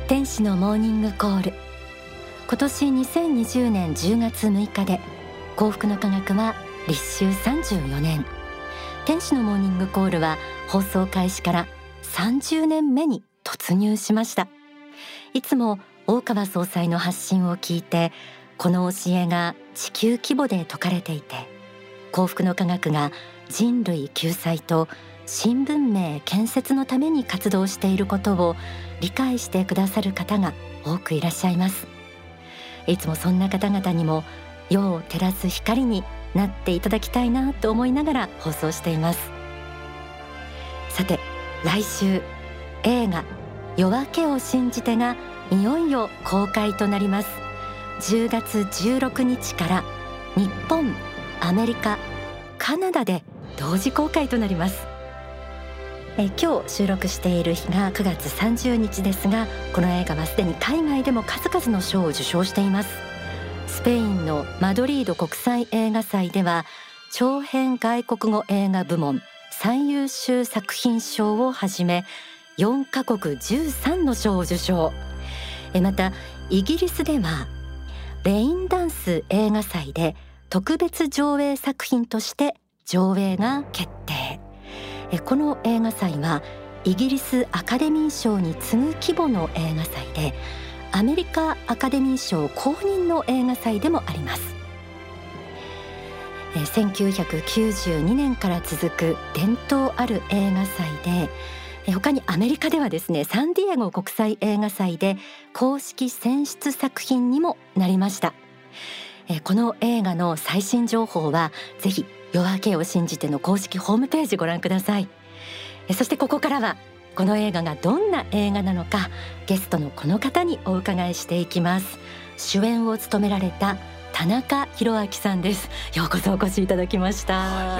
天使のモーニングコール。今年2020年10月6日で幸福の科学は立秋34年。天使のモーニングコールは放送開始から30年目に突入しました。いつも大川総裁の発信を聞いて、この教えが地球規模で説かれていて、幸福の科学が人類救済と新文明建設のために活動していることを理解してくださる方が多くいらっしゃいます。いつもそんな方々にも世を照らす光になっていただきたいなと思いながら放送しています。さて、来週映画夜明けを信じてがいよいよ公開となります。10月16日から日本、アメリカ、カナダで同時公開となります。今日収録している日が9月30日ですが、この映画はすでに海外でも数々の賞を受賞しています。スペインのマドリード国際映画祭では長編外国語映画部門最優秀作品賞をはじめ4カ国13の賞を受賞。またイギリスではレインダンス映画祭で特別上映作品として上映が決定。この映画祭はイギリスアカデミー賞に次ぐ規模の映画祭で、アメリカアカデミー賞公認の映画祭でもあります。1992年から続く伝統ある映画祭で、他にアメリカではですね、サンディエゴ国際映画祭で公式選出作品にもなりました。この映画の最新情報はぜひ夜明けを信じての公式ホームページご覧ください。そしてここからはこの映画がどんな映画なのか、ゲストのこの方にお伺いしていきます。主演を務められた田中宏明さんです。ようこそお越しいただきました。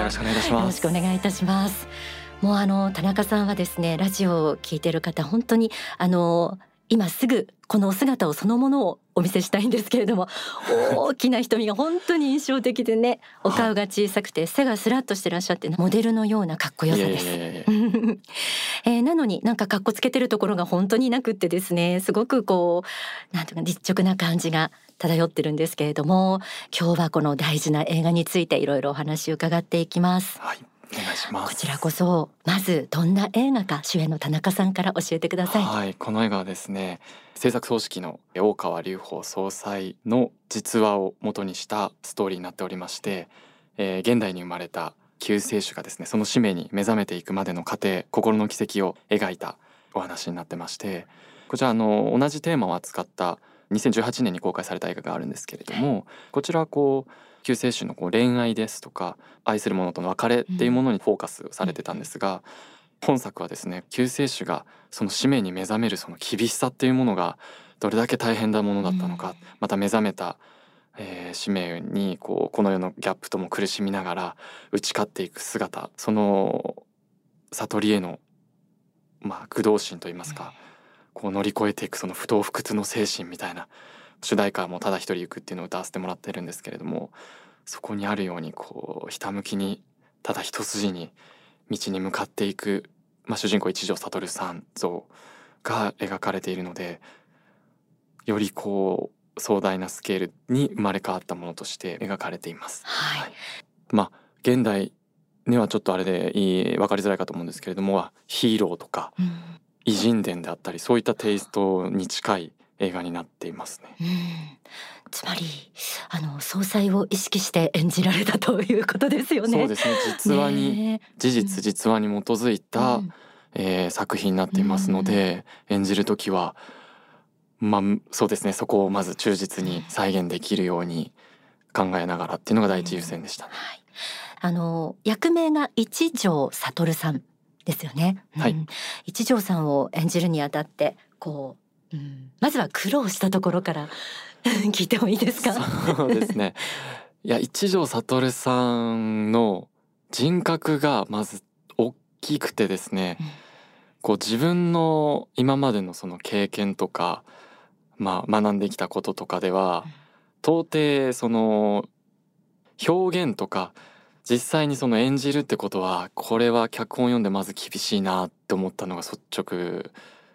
よろしくお願いいたします。 よろしくお願いいたします。もう田中さんはですね、ラジオを聞いている方本当に今すぐこのお姿をそのものをお見せしたいんですけれども、大きな瞳が本当に印象的でね、お顔が小さくて背がスラッとしてらっしゃって、モデルのようなかっこよさです。なのになんかかっこつけてるところが本当になくってですね、すごくこうなんていうか実直な感じが漂ってるんですけれども、今日はこの大事な映画についていろいろお話を伺っていきます。 はい、お願いします。 こちらこそ、まずどんな映画か主演の田中さんから教えてください。 はい、この映画はですね、制作総指揮の大川隆法総裁の実話を元にしたストーリーになっておりまして、現代に生まれた救世主がですね、その使命に目覚めていくまでの過程、心の軌跡を描いたお話になってまして、こちら同じテーマを扱った2018年に公開された映画があるんですけれども、こちらは救世主の恋愛ですとか愛する者との別れっていうものにフォーカスされてたんですが、本作はですね、救世主がその使命に目覚めるその厳しさっていうものがどれだけ大変なものだったのか、また目覚めた、使命にこの世のギャップとも苦しみながら打ち勝っていく姿、その悟りへの駆動心といいますか、乗り越えていくその不動不屈の精神みたいな、主題歌もただ一人行くっていうのを歌わせてもらってるんですけれども、そこにあるようにひたむきにただ一筋に道に向かっていく、主人公一条悟さん像が描かれているので、より壮大なスケールに生まれ変わったものとして描かれています。 はい。 現代にはちょっとあれで分かりづらいかと思うんですけれども、ヒーローとか偉人伝であったり、そういったテイストに近い映画になっていますね。 つまり総裁を意識して演じられたということですよね。 そうですね、実話に、実話に基づいた、作品になっていますので、演じるときはそうですね、そこをまず忠実に再現できるように考えながらっていうのが第一優先でしたね。 役名が一条悟さんですよね。 はい。 一条さんを演じるにあたってまずは苦労したところから聞いてもいいですか？ そうですね。一条悟さんの人格がまず大きくてですね、自分の今までのその経験とか、学んできたこととかでは、到底その表現とか実際にその演じるってことは、これは脚本読んでまず厳しいなって思ったのが率直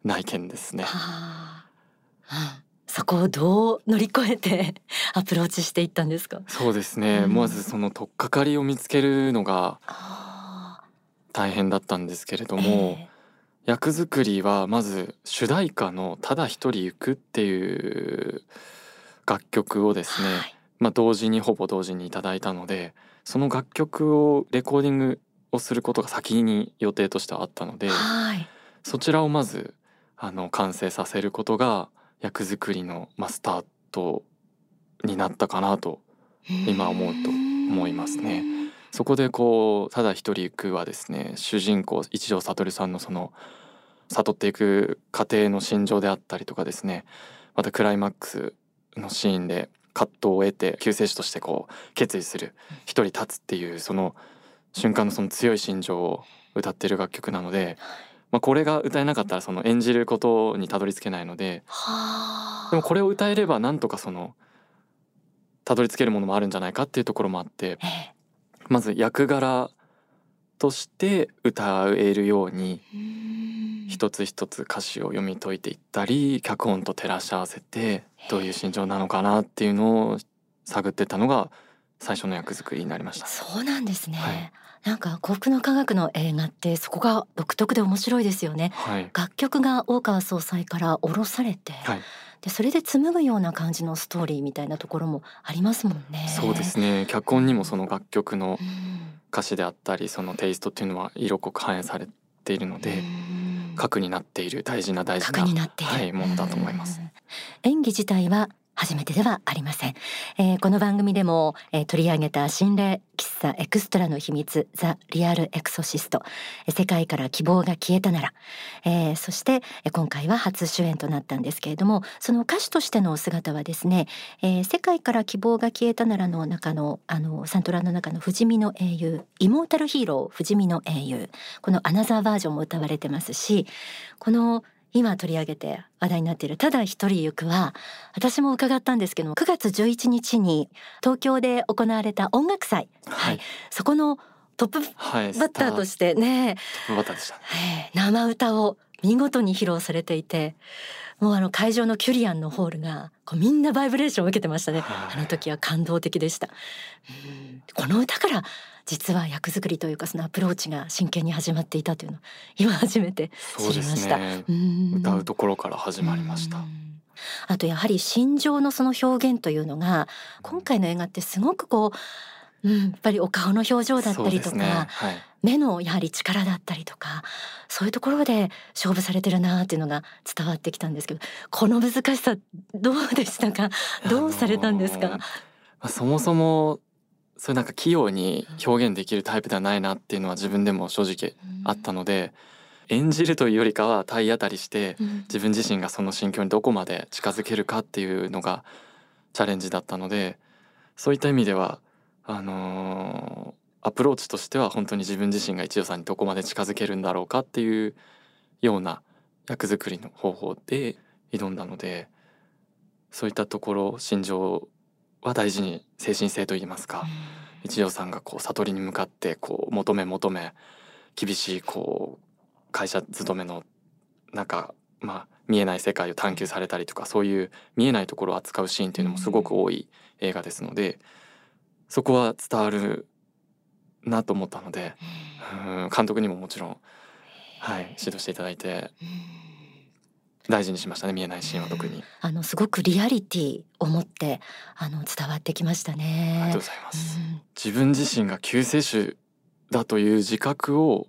内見ですね。 はあ、そこをどう乗り越えてアプローチしていったんですか？ そうですね、まずその取っかかりを見つけるのが大変だったんですけれども、役作りはまず主題歌のただ一人行くっていう楽曲をですね、ほぼ同時にいただいたので、その楽曲をレコーディングをすることが先に予定としてはあったので、そちらをまず完成させることが役作りのスタートになったかなと今思うと思いますね。そこでただ一人行くはですね、主人公一条悟さんのその悟っていく過程の心情であったりとかですね、またクライマックスのシーンで葛藤を得て救世主として決意する、一人立つっていうその瞬間のその強い心情を歌っている楽曲なので、これが歌えなかったらその演じることにたどり着けないので、でもこれを歌えればなんとかそのたどり着けるものもあるんじゃないかっていうところもあって、まず役柄として歌えるように一つ一つ歌詞を読み解いていったり、脚本と照らし合わせてどういう心情なのかなっていうのを探ってたのが最初の役作りになりました。 そうなんですね、なんか幸福の科学の映画ってそこが独特で面白いですよね。楽曲が大川総裁から降ろされて、でそれで紡ぐような感じのストーリーみたいなところもありますもんね。 そうですね、脚本にもその楽曲の歌詞であったりそのテイストっていうのは色濃く反映されているので、核になっている大事なものだと思います。 演技自体は初めてではありません。この番組でも、取り上げた心霊喫茶エクストラの秘密、ザ・リアル・エクソシスト、世界から希望が消えたなら、そして今回は初主演となったんですけれども、その歌手としての姿はですね、世界から希望が消えたならの中のサントラの中の不死身の英雄、イモータルヒーロー不死身の英雄、このアナザーバージョンも歌われてますし、この今取り上げて話題になっているただ一人行くは、私も伺ったんですけども、9月11日に東京で行われた音楽祭、そこのトップバッターとしてね、 トップバッターでした、 生歌を見事に披露されていて、もう会場のキュリアンのホールがみんなバイブレーションを受けてましたね。あの時は感動的でした。この歌から実は役作りというかそのアプローチが真剣に始まっていたというのを今初めて知りました。 歌うところから始まりました。 あとやはり心情のその表現というのが今回の映画ってすごくやっぱりお顔の表情だったりとか、目のやはり力だったりとか、そういうところで勝負されてるなっていうのが伝わってきたんですけど、この難しさどうでしたか？どうされたんですか？ そもそもそういう器用に表現できるタイプではないなっていうのは自分でも正直あったので、演じるというよりかは体当たりして自分自身がその心境にどこまで近づけるかっていうのがチャレンジだったので、そういった意味ではアプローチとしては本当に自分自身が一条さんにどこまで近づけるんだろうかっていうような役作りの方法で挑んだので、そういったところ心情は大事に、精神性といいますか、一条さんが悟りに向かって求め厳しい会社勤めの見えない世界を探求されたりとか、そういう見えないところを扱うシーンっていうのもすごく多い映画ですので、そこは伝わるなと思ったので、監督にももちろん、指導していただいて大事にしましたね、見えないシーンは特に。 すごくリアリティを持って伝わってきましたね。 ありがとうございます。自分自身が救世主だという自覚を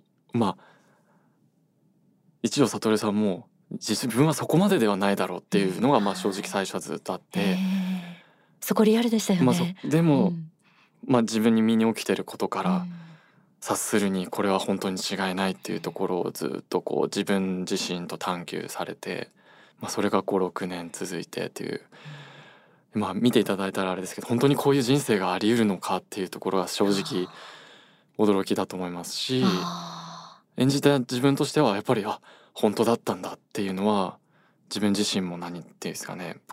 一条悟さんも自分はそこまでではないだろうっていうのが正直最初はずっとあって、 そこリアルでしたよね。 でも、自分に身に起きてることから察するにこれは本当に違いないっていうところをずっと自分自身と探求されて、それが5、6年続いてっていう、見ていただいたらあれですけど、本当にこういう人生があり得るのかっていうところが正直驚きだと思いますし、演じた自分としてはやっぱり本当だったんだっていうのは、自分自身も何ていうんですかね、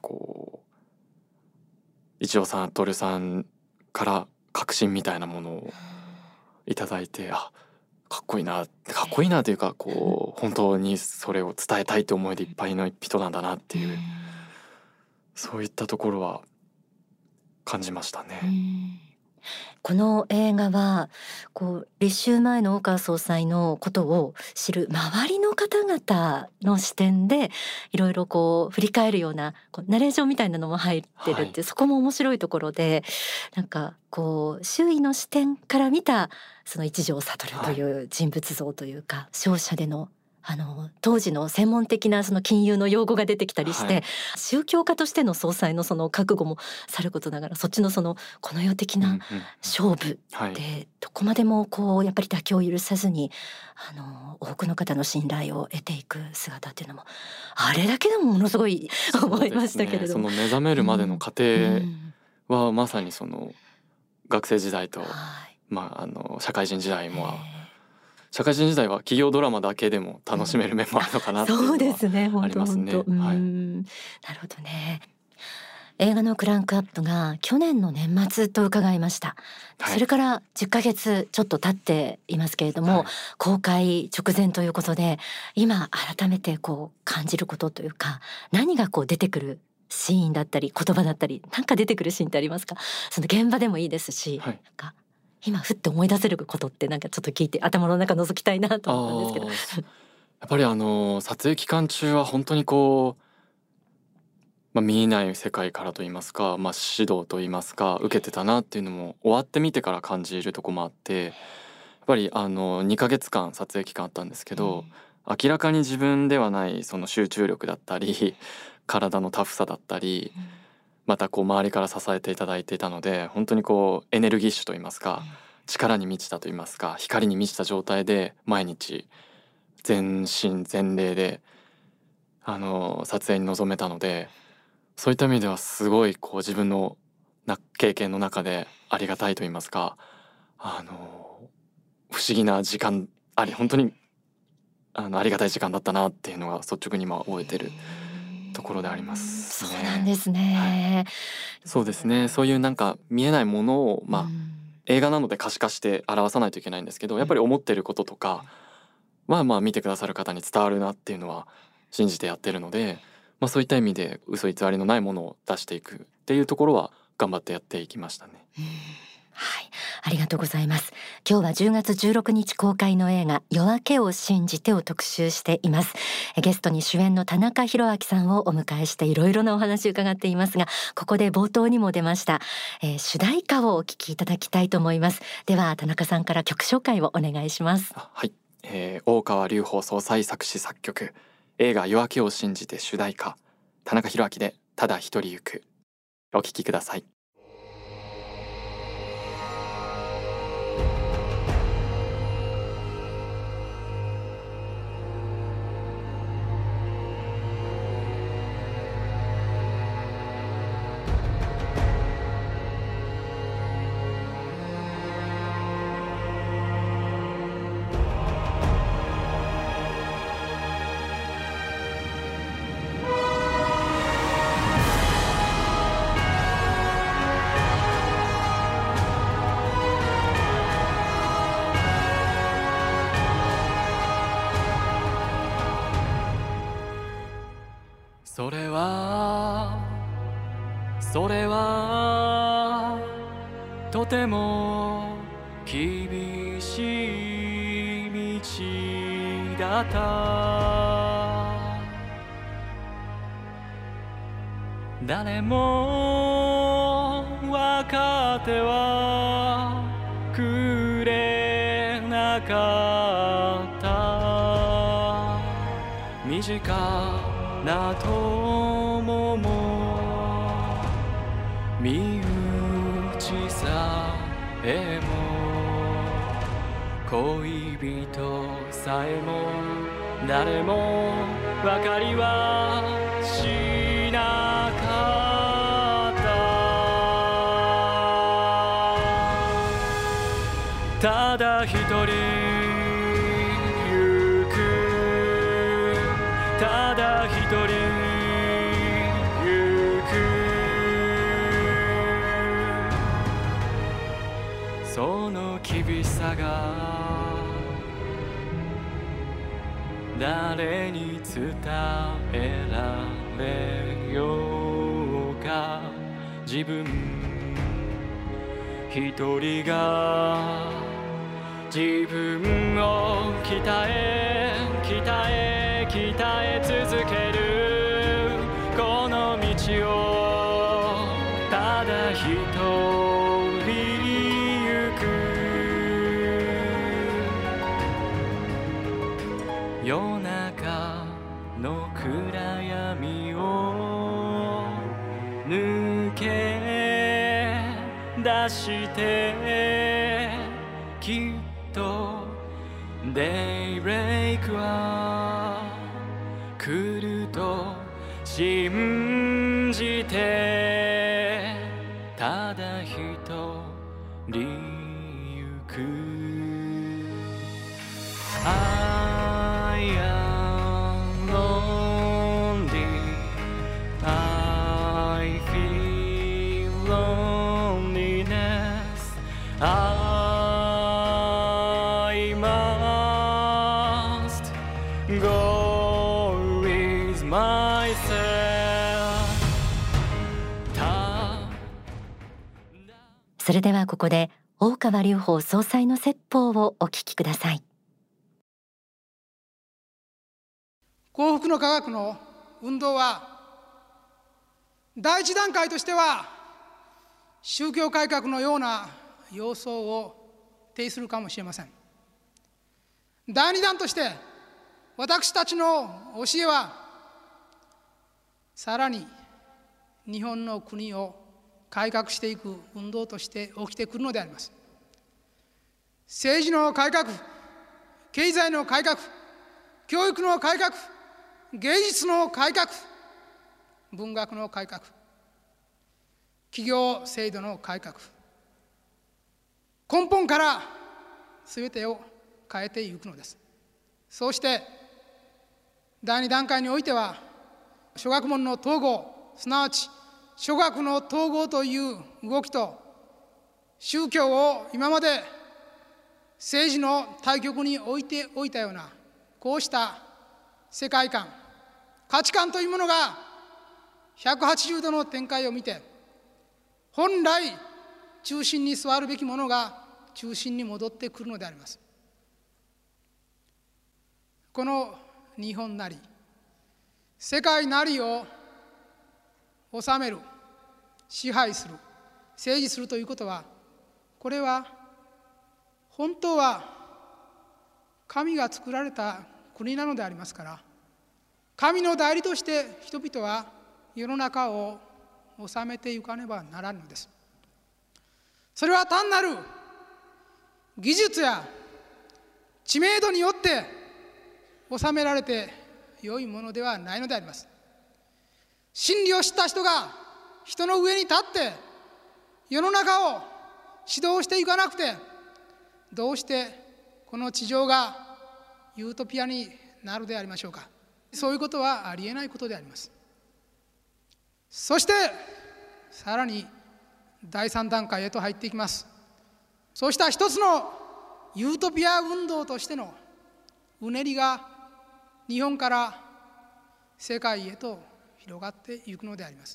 一条さんから確信みたいなものをいただいて、 かっこいいなというかこう本当にそれを伝えたいという思いでいっぱいの人なんだなっていう、そういったところは感じましたね。 この映画は立秋前の大川総裁のことを知る周りの方々の視点でいろいろ振り返るようなナレーションみたいなのも入ってるって、そこも面白いところで、なんか周囲の視点から見たその一条悟という人物像というか、商社での当時の専門的なその金融の用語が出てきたりして、宗教家としての総裁のその覚悟もさることながら、そっちのそのこの世的な勝負でどこまでもやっぱり妥協を許さずに多くの方の信頼を得ていく姿っていうのも、あれだけでもものすごい思いましたけれども、 その目覚めるまでの過程はまさにその学生時代と、社会人時代も社会人時代は企業ドラマだけでも楽しめる面もあるのかなっていうのはありますね。なるほどね。映画のクランクアップが去年の年末と伺いました。それから10ヶ月ちょっと経っていますけれども、公開直前ということで、今改めて感じることというか、何が出てくるシーンだったり言葉だったり、なんか出てくるシーンってありますか？その現場でもいいですし、なんか今ふって思い出せることってなんかちょっと聞いて頭の中覗きたいなと思ったんですけど。 やっぱり撮影期間中は本当に見えない世界からといいますか、指導といいますか受けてたなっていうのも終わってみてから感じるとこもあって、やっぱり2ヶ月間撮影期間あったんですけど、明らかに自分ではないその集中力だったり体のタフさだったり、また周りから支えていただいていたので、本当にエネルギッシュといいますか、力に満ちたといいますか、光に満ちた状態で毎日全身全霊で撮影に臨めたので、そういった意味ではすごい自分の経験の中でありがたいといいますか、不思議な時間本当にありがたい時間だったなっていうのが率直に今覚えてるところでありますね。 そうなんですね。 そうですね。そういうなんか見えないものを映画なので可視化して表さないといけないんですけど、やっぱり思ってることとか見てくださる方に伝わるなっていうのは信じてやってるので、そういった意味で嘘偽りのないものを出していくっていうところは頑張ってやっていきましたね。 ありがとうございます。今日は10月16日公開の映画夜明けを信じてを特集しています。ゲストに主演の田中宏明さんをお迎えしていろいろなお話を伺っていますが、ここで冒頭にも出ました、主題歌をお聴きいただきたいと思います。では田中さんから曲紹介をお願いします。 大川隆法総裁作詞作曲、映画夜明けを信じて主題歌、田中宏明でただ一人行く。お聴きください。それはとても厳しい道だった。誰も分かってはくれなかった。身近な友も身内さえも恋人さえも誰も分かりはしなかった。ただ一人行く、ただ一人行く、その厳しさが誰に伝えられようか、自分一人が自分を鍛え続けるこの道をただ一人行く。夜中の暗闇を抜け出してきっとデイブレイクは来ると信じてただ一人行く。I am lonely, I feel loneliness, I must go with myself. それではここで大川隆法総裁の説法をお聞きください。 幸福の科学の運動は第一段階としては宗教改革のような様相を呈するかもしれません。第二弾として私たちの教えはさらに日本の国を改革していく運動として起きてくるのであります。政治の改革、経済の改革、教育の改革、芸術の改革、文学の改革、企業制度の改革、根本から全てを変えていくのです。そうして第二段階においては諸学問の統合、すなわち諸学の統合という動きと宗教を今まで政治の対極に置いておいたようなこうした世界観、価値観というものが180度の展開を見て本来中心に座るべきものが中心に戻ってくるのであります。この日本なり世界なりを治める、支配する、政治するということは、これは本当は神が作られた国なのでありますから、神の代理として人々は世の中を治めていかねばならぬのです。それは単なる技術や知名度によって治められて良いものではないのであります。真理を知った人が人の上に立って世の中を指導していかなくて、どうしてこの地上がユートピアになるでありましょうか。そういうことはありえないことであります。そしてさらに第三段階へと入っていきます。そうした一つのユートピア運動としてのうねりが日本から世界へと広がっていくのであります。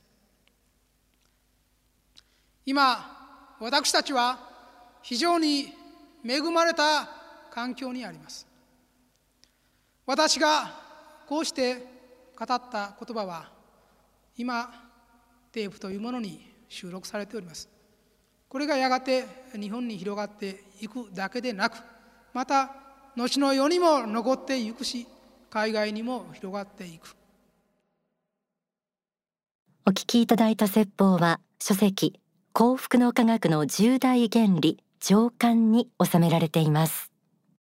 今私たちは非常に恵まれた環境にあります。私がこうして語った言葉は今テープというものに収録されております。これがやがて日本に広がっていくだけでなく、また後の世にも残っていくし、海外にも広がっていく。 お聞きいただいた説法は書籍幸福の科学の10大原理上巻に収められています。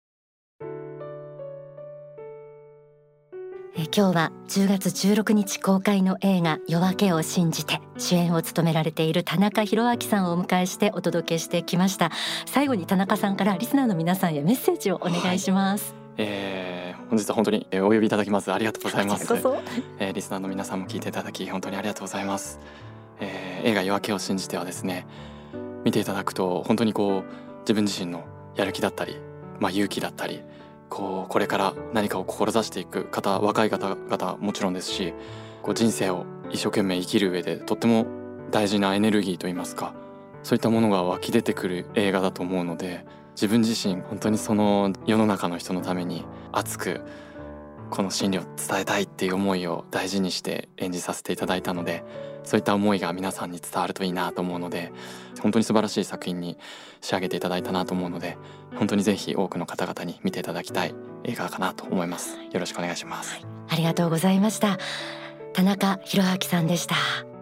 今日は10月16日公開の映画夜明けを信じて主演を務められている田中宏明さんをお迎えしてお届けしてきました。最後に田中さんからリスナーの皆さんへメッセージをお願いします。 本日は本当にお呼びいただきますありがとうございます。 こちらこそリスナーの皆さんも聞いていただき本当にありがとうございます。映画夜明けを信じてはですね、見ていただくと本当にこう自分自身のやる気だったり、勇気だったり、 これから何かを志していく方、若い方々はもちろんですし、人生を一生懸命生きる上でとっても大事なエネルギーといいますか、そういったものが湧き出てくる映画だと思うので、自分自身本当にその世の中の人のために熱くこの真理を伝えたいっていう思いを大事にして演じさせていただいたので、そういった思いが皆さんに伝わるといいなと思うので、本当に素晴らしい作品に仕上げていただいたなと思うので、本当にぜひ多くの方々に見ていただきたい映画かなと思います。よろしくお願いします。 ありがとうございました。田中宏明さんでした。